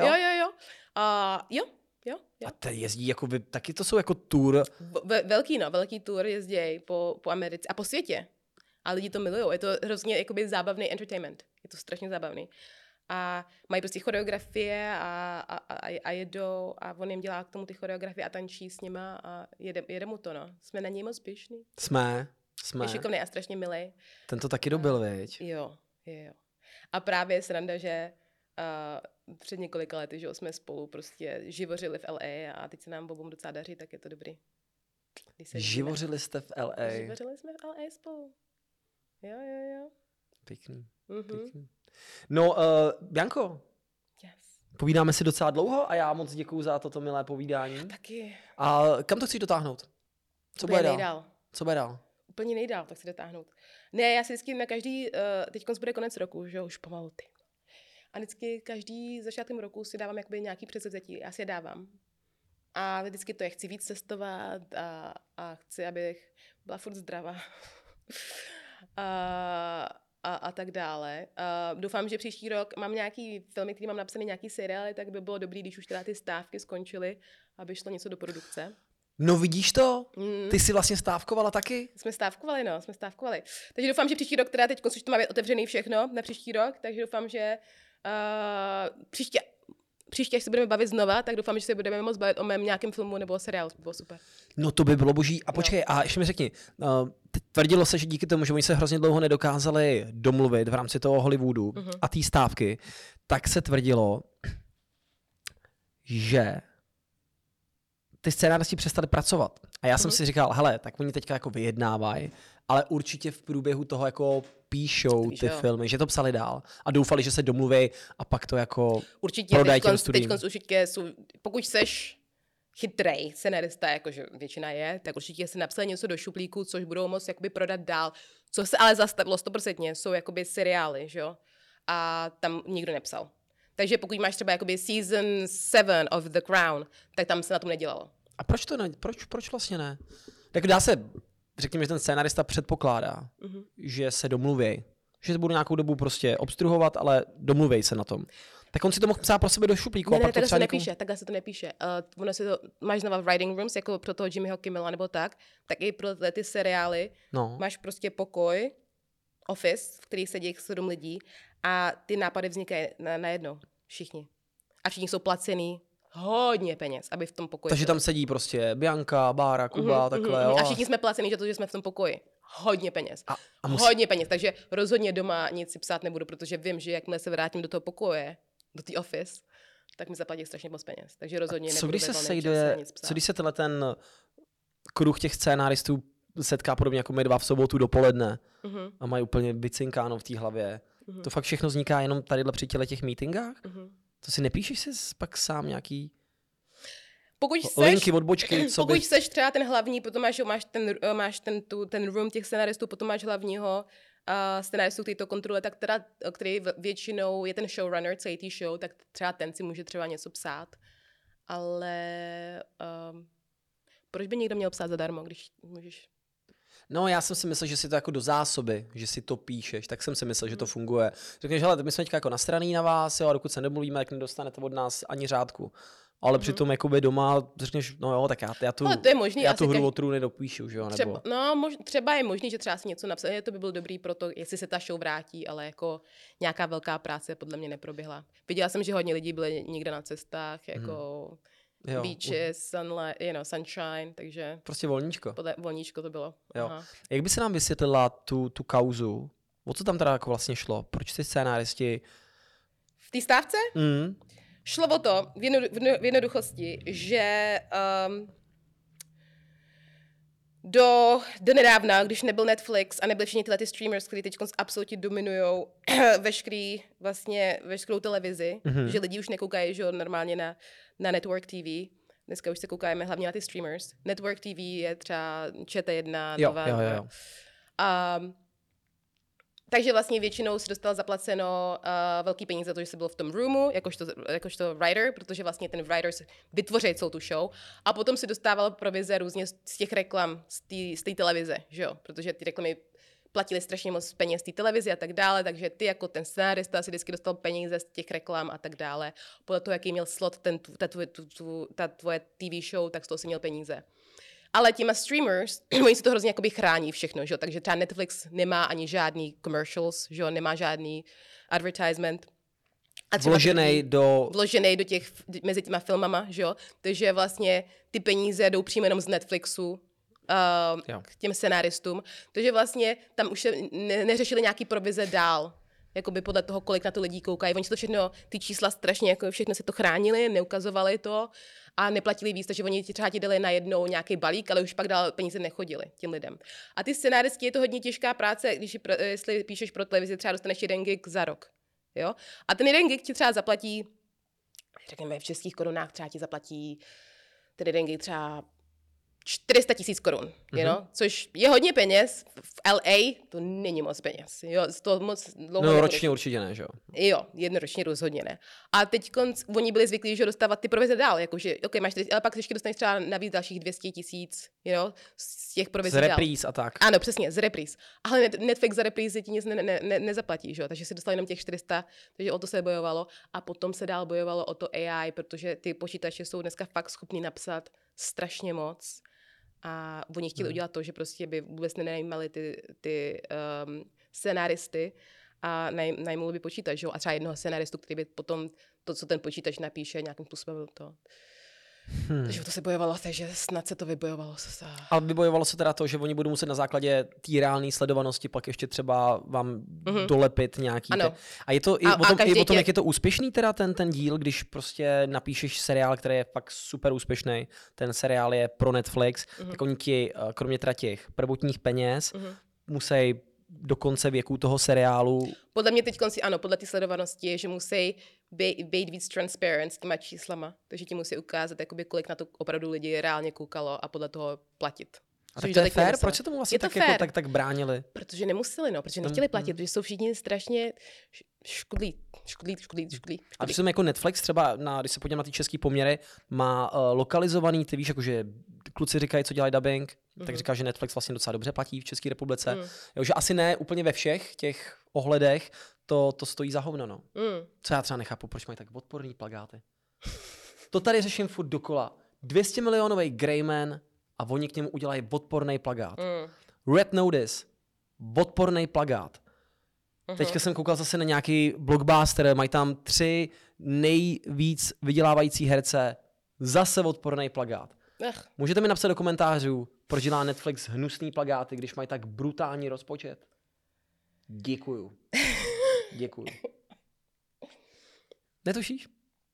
A tady jezdí jako taky to jsou jako tour. Velký tour jezdí po Americe a po světě. A lidi to milujou. Je to hrozně jakoby zábavný entertainment. Je to strašně zábavný. A mají prostě choreografie a jedou a on jim dělá k tomu ty choreografie a tančí s nima a jede mu to, no. Jsme na něj moc pyšný. Jsme. Je šikovný a strašně milý. Ten to taky dobil, viď? Jo. A právě je sranda, že před několika lety, že jsme spolu prostě živořili v LA a teď se nám obou docela daří, tak je to dobrý. Živořili jste v LA? Živořili jsme v LA spolu. Jo. Pěkný. Mm-hmm. Pěkný. No, Bianko, yes. Povídáme si docela dlouho a já moc děkuju za toto milé povídání. Taky. A kam to chceš dotáhnout? Co bude dál? Co bude dál? Úplně nejdál, tak si dotáhnout. Ne, já si vždycky na každý, teď bude konec roku, že už pomalu ty. A vždycky každý začátkem roku si dávám jakoby nějaký předsevzetí, já si je dávám. A vždycky to je, chci víc cestovat a chci, abych byla furt zdravá. A tak dále. Doufám, že příští rok mám nějaký filmy, který mám napsaný, nějaký seriály, tak by bylo dobrý, když už teda ty stávky skončily, aby šlo něco do produkce. No vidíš to? Ty jsi vlastně stávkovala taky? Jsme stávkovali. Takže doufám, že příští rok, teda teď už to máme otevřený všechno na příští rok, takže doufám, že příště, až se budeme bavit znova, tak doufám, že se budeme moct bavit o mém nějakém filmu nebo seriálu. To bylo super. No to by bylo boží. A počkej, a ještě mi řekni, tvrdilo se, že díky tomu, že oni se hrozně dlouho nedokázali domluvit v rámci toho Hollywoodu a té stávky, tak se tvrdilo, že ty scénáristi přestali pracovat. A já jsem si říkal, hele, tak oni teďka jako vyjednávají, ale určitě v průběhu toho jako píšou ty filmy, že to psali dál a doufali, že se domluví a pak to jako prodají těm studiím. Určitě určitě pokud seš chytrej scenarista, jakože většina je, tak určitě si napsali něco do šuplíku, což budou moct jakoby prodat dál. Co se ale zastavilo 100%, jsou jakoby seriály, že jo? A tam nikdo nepsal. Takže pokud máš třeba jakoby season 7 of The Crown, tak tam se na tom nedělalo. A proč to ne? Proč vlastně ne? Tak dá se, řekněme, že ten scénarista předpokládá, že se domluví, že to bude nějakou dobu prostě obstruhovat, ale domluví se na tom. Tak on si to mohl psát pro sebe do šuplíku. Ne, takhle se to nepíše. Ono si to, máš znova v writing rooms, jako pro toho Jimmyho Kimmela nebo tak i pro ty seriály máš prostě pokoj, office, v který sedí 7 lidí a ty nápady vznikají najednou. Všichni. A všichni jsou placený hodně peněz, aby v tom pokoji. Takže tam sedí prostě Bianka, Bára, Kuba, takhle, jo. A všichni jsme placený za to, že jsme v tom pokoji. Hodně peněz. Hodně peněz. Takže rozhodně doma nic si psát nebudu, protože vím, že jakmile se vrátím do toho pokoje, do té office, tak mi zaplatí strašně moc peněz. Takže rozhodně nebudu nic psát. Co když se tenhle ten kruh těch scénáristů setká podobně jako my dva v sobotu dopoledne a mají úplně vycinkáno v té hlavě. To fakt všechno vzniká jenom tadyhle při těch meetingách? To si nepíšeš si pak sám nějaký... linky, odbočky, co pokud by... seš třeba ten hlavní, potom máš ten room těch scenaristů, potom máš hlavního scenaristu, který to kontroluje, tak teda, který většinou je ten showrunner celý tý show, tak třeba ten si může třeba něco psát. Ale proč by někdo měl psát zadarmo, když můžeš... No, já jsem si myslel, že si to jako do zásoby, že si to píšeš, tak jsem si myslel, že to funguje. Řekneš, hele, my jsme teďka jako nastraný na vás, jo, a dokud se nemluvíme, tak nedostanete od nás ani řádku. Ale přitom jakoby doma řekneš, no jo, tak já tu, to je možný, já tu hru o trůny dopíšu, že jo, nebo... Třeba je možný, že třeba si něco napsat, to by bylo dobrý pro to, jestli se ta show vrátí, ale jako nějaká velká práce podle mě neproběhla. Viděla jsem, že hodně lidí byli někde na cestách, jako... beaches, sunlight, sunshine, takže... Prostě volníčko. Volníčko to bylo. Jo. Jak by se nám vysvětlila tu kauzu? O co tam teda jako vlastně šlo? Proč ty scénáristi... V té stávce? Šlo o to v jednoduchosti, že do nedávna, když nebyl Netflix a nebyly všichni tyhle ty streamers, kteří teď absolutně dominujou veškerou televizi, že lidi už nekoukají, že normálně na Network TV. Dneska už se koukáme hlavně na ty streamers. Network TV je třeba ČT1, Nova. Jo. Takže vlastně většinou si dostal zaplaceno velký peníze za to, že jsi byl v tom roomu, jakožto writer, protože vlastně ten writer vytvoří celou tu show. A potom si dostával provize různě z těch reklam, z té televize, že jo? Protože ty reklamy platili strašně moc peněz z té televize a tak dále, takže ty jako ten scenárista si vždycky dostal peníze z těch reklam a tak dále. Podle toho, jaký měl slot ta tvoje TV show, tak z toho si měl peníze. Ale těma streamers, oni si to hrozně jakoby chrání všechno, že? Takže třeba Netflix nemá ani žádný commercials, že? Nemá žádný advertisement. Vložený do těch, mezi těma filmama, že jo? Takže vlastně ty peníze jdou přímo jenom z Netflixu k těm scenáristům. Takže vlastně tam už se neřešili nějaký provize dál. Jakoby podle toho, kolik na to lidí koukají. Oni si to všechno, ty čísla strašně, jako všechno si to chránili, neukazovali to a neplatili víc, takže oni třeba ti dali najednou nějaký balík, ale už pak dál peníze nechodili těm lidem. A ty scenáristi, je to hodně těžká práce, jestli píšeš pro televizi, třeba dostaneš 1 gig za rok. Jo? A ten 1 gig ti třeba zaplatí, řekněme v českých korunách, třeba ti zaplatí ten 1 gig třeba 400 000 korun, což je hodně peněz. V LA to není moc peněz. Jo, to moc dlouho no ročně určitě ne, že jo? Jo, jednoročně rozhodně ne. A teď oni byli zvyklí, že dostávat ty provize dál, jakože, OK, máš 40, ale pak ještě dostaneš třeba navíc dalších 200 000, z těch provizí dál. Z repríz a tak. Ano, přesně, z repríz. Ale Netflix za reprízy ti nic nezaplatí, že jo? Takže si dostal jenom těch 400, takže o to se bojovalo. A potom se dál bojovalo o to AI, protože ty počítače jsou dneska fakt schopní napsat strašně moc. A oni chtěli udělat to, že prostě by vůbec nenajímali ty scenáristy a najmuli by počítač, že? A třeba jednoho scenaristu, který by potom to, co ten počítač napíše, nějakým způsobem to... Takže to se bojovalo, takže snad se to vybojovalo. Ale vybojovalo se teda to, že oni budou muset na základě té reálné sledovanosti pak ještě třeba vám dolepit nějaký... A je to i o tom, jak je to úspěšný teda ten díl, když prostě napíšeš seriál, který je fakt super úspěšný, ten seriál je pro Netflix, tak oni ti, kromě teda těch prvotních peněz, musí do konce věku toho seriálu... Podle mě teď podle té sledovanosti je, že musí být víc transparent s těma číslama, takže ti musí ukázat, jakoby, kolik na to opravdu lidi reálně koukalo a podle toho platit. A tak to je fér? Proč se tomu vlastně tak bránili? Protože nemuseli, protože nechtěli platit, protože jsou všichni strašně škodlí. A když jsem jako Netflix třeba, když se podívám na ty český poměry, má lokalizovaný, ty víš, jakože kluci říkají, co dělají dubbing, tak říká, že Netflix vlastně docela dobře platí v České republice. Jo, že asi ne úplně ve všech těch ohledech, to stojí za hovno, no. Co já třeba nechápu, proč mají tak odporný plakáty. To tady řeším furt dokola. 200 milionový Greyman a oni k němu udělají odporný plakát. Red Notice, odporný plakát. Teďka jsem koukal zase na nějaký blockbuster, mají tam 3 nejvíc vydělávající herce, zase odporný plakát. Můžete mi napsat do komentářů, proč dělá Netflix hnusný plakáty, když mají tak brutální rozpočet? Děkuju. Netušíš?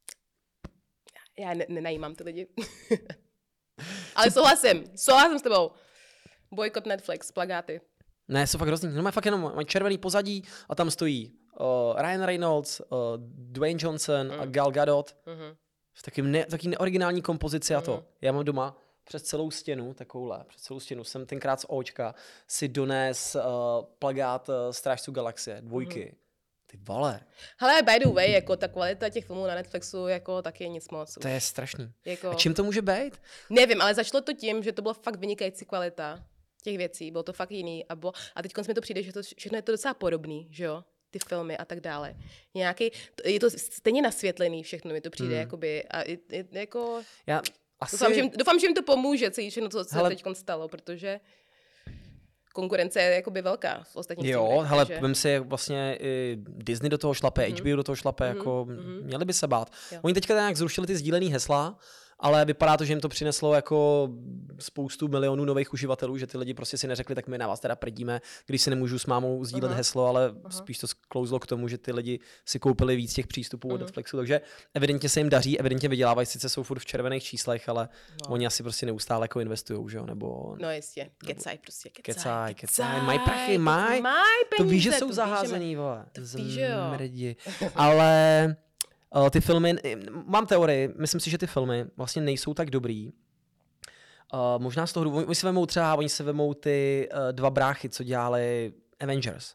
Já nenajímám ty lidi. Ale souhlasím s tebou. Bojkot Netflix, plakáty. Ne, jsou fakt hrozný. No, mají fakt jenom červený pozadí a tam stojí Ryan Reynolds, Dwayne Johnson a Gal Gadot. v taky neoriginální kompozici a to. Já mám doma přes celou stěnu, jsem tenkrát z Očka si dones plagát Strážců galaxie, 2. Ty vole. Hele, by the way, jako ta kvalita těch filmů na Netflixu jako taky nic moc. To je strašný. Jako... A čím to může být? Nevím, ale začalo to tím, že to byla fakt vynikající kvalita těch věcí, bylo to fakt jiný a teď mi to přijde, že to všechno je to docela podobný, že jo? Ty filmy a tak dále. Je to stejně nasvětlený všechno, mi to přijde, jakoby, a jako... Já doufám, že jim to pomůže, celý všechno, co se teď stalo, protože konkurence je jakoby velká v ostatních jo, filmech. hele, vem si vlastně Disney do toho šlape, HBO do toho šlape, jako měli by se bát. Jo. Oni teďka nějak zrušili ty sdílený hesla, ale vypadá to, že jim to přineslo jako spoustu milionů nových uživatelů, že ty lidi prostě si neřekli, tak my na vás teda prdíme, když si nemůžu s mámou sdílet heslo, ale spíš to sklouzlo k tomu, že ty lidi si koupili víc těch přístupů od Netflixu, takže evidentně se jim daří, evidentně vydělávají, sice jsou furt v červených číslech, ale oni asi prostě neustále jako investujou, že jo, nebo... No jistě, kecaj prostě, kecaj, mají prachy, mají to víš, že jsou zaházený, vole, zmrdi, ale... Ty filmy, mám teorii, myslím si, že ty filmy vlastně nejsou tak dobrý. Možná z toho důvodu, oni se vemou ty 2 bráchy, co dělali Avengers.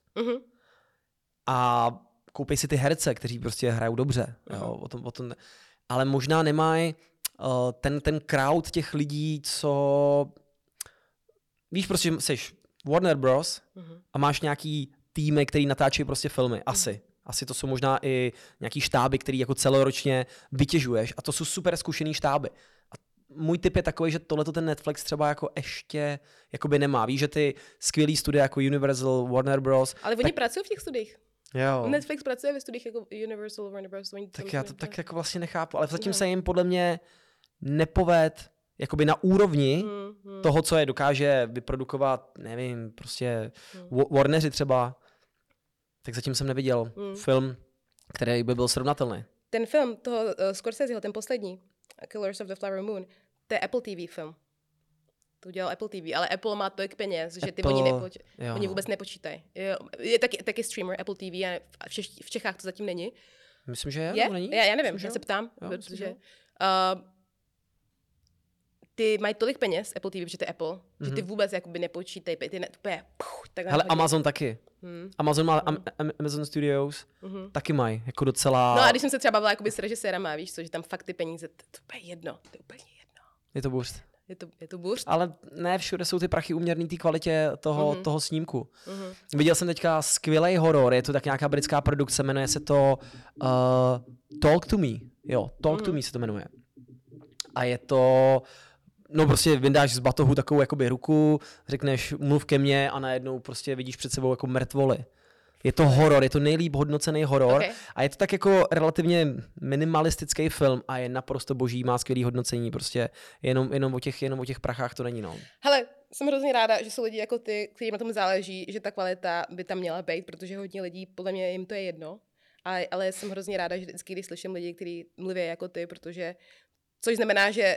A koupí si ty herce, kteří prostě hrajou dobře. Jo, o tom, ale možná nemají ten crowd těch lidí, co... Víš, prostě jsi Warner Bros. A máš nějaký týmy, který natáčejí prostě filmy. Asi to jsou možná i nějaký štáby, který jako celoročně vytěžuješ a to jsou super zkušený štáby. A můj tip je takový, že tohleto ten Netflix třeba jako ještě jakoby nemá. Víš, že ty skvělý studia jako Universal, Warner Bros. Ale oni pracují v těch studiích. Jo. Netflix pracuje ve studiích jako Universal, Warner Bros. Tak já to tak jako vlastně nechápu, ale zatím se jim podle mě nepoved jakoby na úrovni toho, co je dokáže vyprodukovat, nevím, prostě Warneri třeba. Tak zatím jsem neviděl film, který by byl srovnatelný. Ten film toho Scorseseho, ten poslední, Killers of the Flower Moon, to je Apple TV film. To udělal Apple TV, ale Apple má tolik peněz, že ty oni vůbec nepočítají. Je taky streamer Apple TV a v Čechách to zatím není. Myslím, že je? Není? Já nevím, já se ptám, protože... ty mají tolik peněz, Apple TV, protože to je Apple, že ty vůbec jakoby nepočítají. Hele, Amazon taky. Amazon má Amazon Studios, taky mají, jako docela... No a když jsem se třeba bavila jakoby s režisérama, víš co, že tam fakt ty peníze, to je jedno, to je úplně jedno. Je to burst. Je to burst. Ale ne všude jsou ty prachy uměrný té kvalitě toho snímku. Viděl jsem teďka skvělý horor, je to tak nějaká britská produkce, jmenuje se to Talk to Me. Jo, Talk to Me se to jmenuje. A je to... No prostě vyndáš z batohu takovou jakoby ruku, řekneš mluv ke mně a najednou prostě vidíš před sebou jako mrtvoly. Je to horor, je to nejlíp hodnocený horor a je to tak jako relativně minimalistický film a je naprosto boží, má skvělý hodnocení, prostě jenom o těch prachách to není, no. Hele, jsem hrozně ráda, že jsou lidi jako ty, kterým na tom záleží, že ta kvalita by tam měla být, protože hodně lidí, podle mě jim to je jedno, ale jsem hrozně ráda, že vždycky, když slyším lidi, kteří mluví jako ty, protože, což znamená, že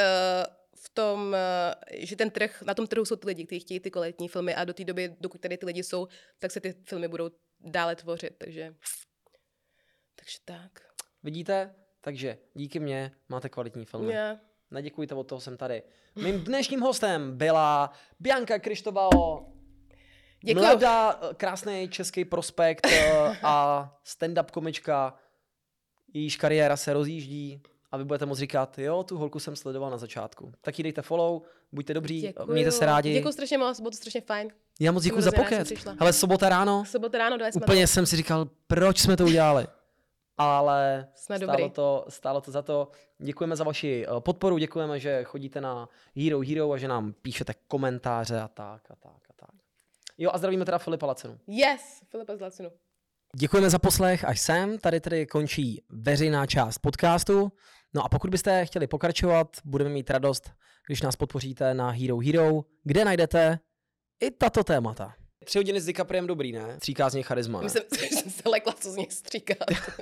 že ten trh, na tom trhu jsou ty lidi, kteří chtějí ty kvalitní filmy a do té doby, dokud tady ty lidi jsou, tak se ty filmy budou dále tvořit, takže tak. Vidíte? Takže díky mně máte kvalitní filmy. Yeah. Neděkujte, od toho jsem tady. Mým dnešním hostem byla Bianca Krištoval, mladá, krásný český prospekt a stand-up komička, jejíž kariéra se rozjíždí. A vy budete moct říkat, jo, tu holku jsem sledoval na začátku. Tak jí dejte follow, buďte dobří, mějte se rádi. Děkuji strašně moc, bylo to strašně fajn. Já moc děkuji za pokec. Hele, sobota ráno, dali jsme úplně jsem si říkal, proč jsme to udělali. Ale stálo to za to. Děkujeme za vaši podporu, děkujeme, že chodíte na Hero a že nám píšete komentáře a tak. Jo, a zdravíme teda Filipa Lacenu. Yes, Filipa z Lacenu. Děkujeme za poslech až sem. Tady končí veřejná část podcastu. No a pokud byste chtěli pokračovat, budeme mít radost, když nás podpoříte na Hero, kde najdete i tato témata. 3 hodiny s DiCapriem dobrý, ne? Stříká z něj charisma, ne? Jsem se lekla, co z něj stříká.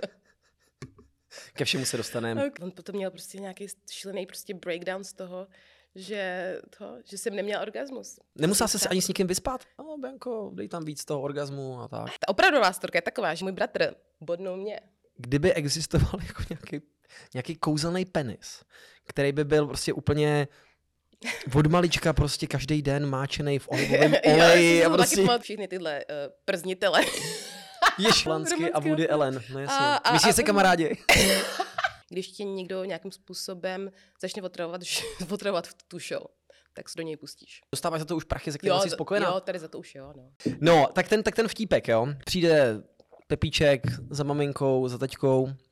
Ke všemu se dostaneme. On potom měl prostě nějaký šílený prostě breakdown z toho, že jsem neměla orgasmus. Nemusela se ani s nikým vyspat? No, Bianko, dej tam víc toho orgasmu a tak. Ta opravdová storka je taková, že můj bratr bodnul mě. Kdyby existoval jako nějaký nějaký kouzelný penis, který by byl prostě úplně od malička prostě každý den máčenej v olivovém oleji. A prostě... Všichni tyhle prznitele. Lansky a Woody Allen, no jasně. Myslíš se kamarádi? Když tě někdo nějakým způsobem začne otravovat v tu show, tak se do něj pustíš. Dostáváš za to už prachy, ze kterého jsi spokojená? Jo, tady za to už jo, no. No, tak ten vtípek, jo. Přijde Pepíček za maminkou, za taťkou